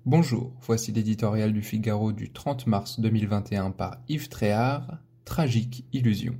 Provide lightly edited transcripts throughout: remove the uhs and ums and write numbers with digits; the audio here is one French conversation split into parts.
Bonjour, voici l'éditorial du Figaro du 30 mars 2021 par Yves Tréhard, Tragique illusion.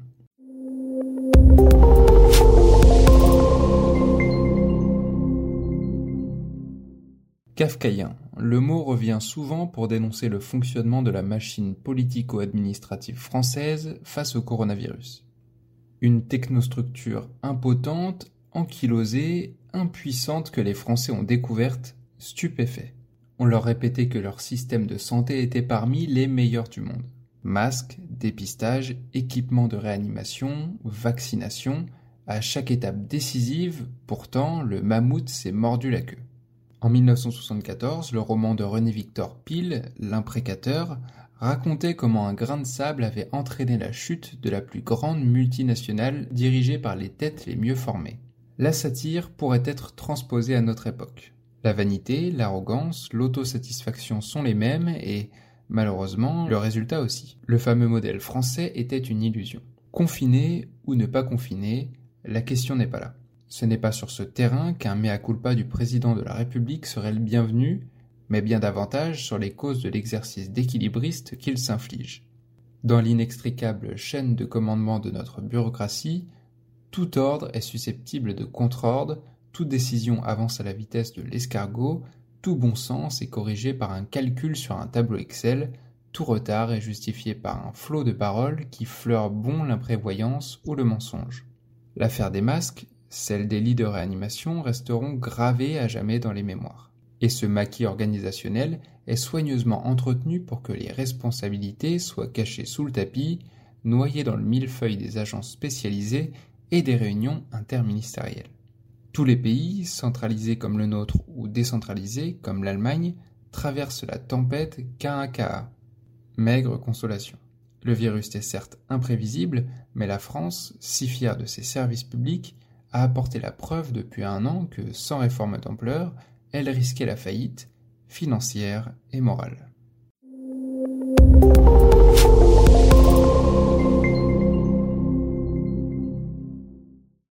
Kafkaïen, le mot revient souvent pour dénoncer le fonctionnement de la machine politico-administrative française face au coronavirus. Une technostructure impotente, ankylosée, impuissante que les Français ont découverte, stupéfaits. On leur répétait que leur système de santé était parmi les meilleurs du monde. Masques, dépistage, équipements de réanimation, vaccination, à chaque étape décisive, pourtant, le mammouth s'est mordu la queue. En 1974, le roman de René-Victor Pile, L'imprécateur, racontait comment un grain de sable avait entraîné la chute de la plus grande multinationale dirigée par les têtes les mieux formées. La satire pourrait être transposée à notre époque. La vanité, l'arrogance, l'autosatisfaction sont les mêmes et, malheureusement, le résultat aussi. Le fameux modèle français était une illusion. Confiné ou ne pas confiné, la question n'est pas là. Ce n'est pas sur ce terrain qu'un mea culpa du président de la République serait le bienvenu, mais bien davantage sur les causes de l'exercice d'équilibriste qu'il s'inflige. Dans l'inextricable chaîne de commandement de notre bureaucratie, tout ordre est susceptible de contre-ordre, toute décision avance à la vitesse de l'escargot, tout bon sens est corrigé par un calcul sur un tableau Excel, tout retard est justifié par un flot de paroles qui fleure bon l'imprévoyance ou le mensonge. L'affaire des masques, celle des lits de réanimation resteront gravées à jamais dans les mémoires. Et ce maquis organisationnel est soigneusement entretenu pour que les responsabilités soient cachées sous le tapis, noyées dans le millefeuille des agences spécialisées et des réunions interministérielles. Tous les pays, centralisés comme le nôtre ou décentralisés comme l'Allemagne, traversent la tempête cas à cas. Maigre consolation. Le virus est certes imprévisible, mais la France, si fière de ses services publics, a apporté la preuve depuis un an que, sans réforme d'ampleur, elle risquait la faillite, financière et morale.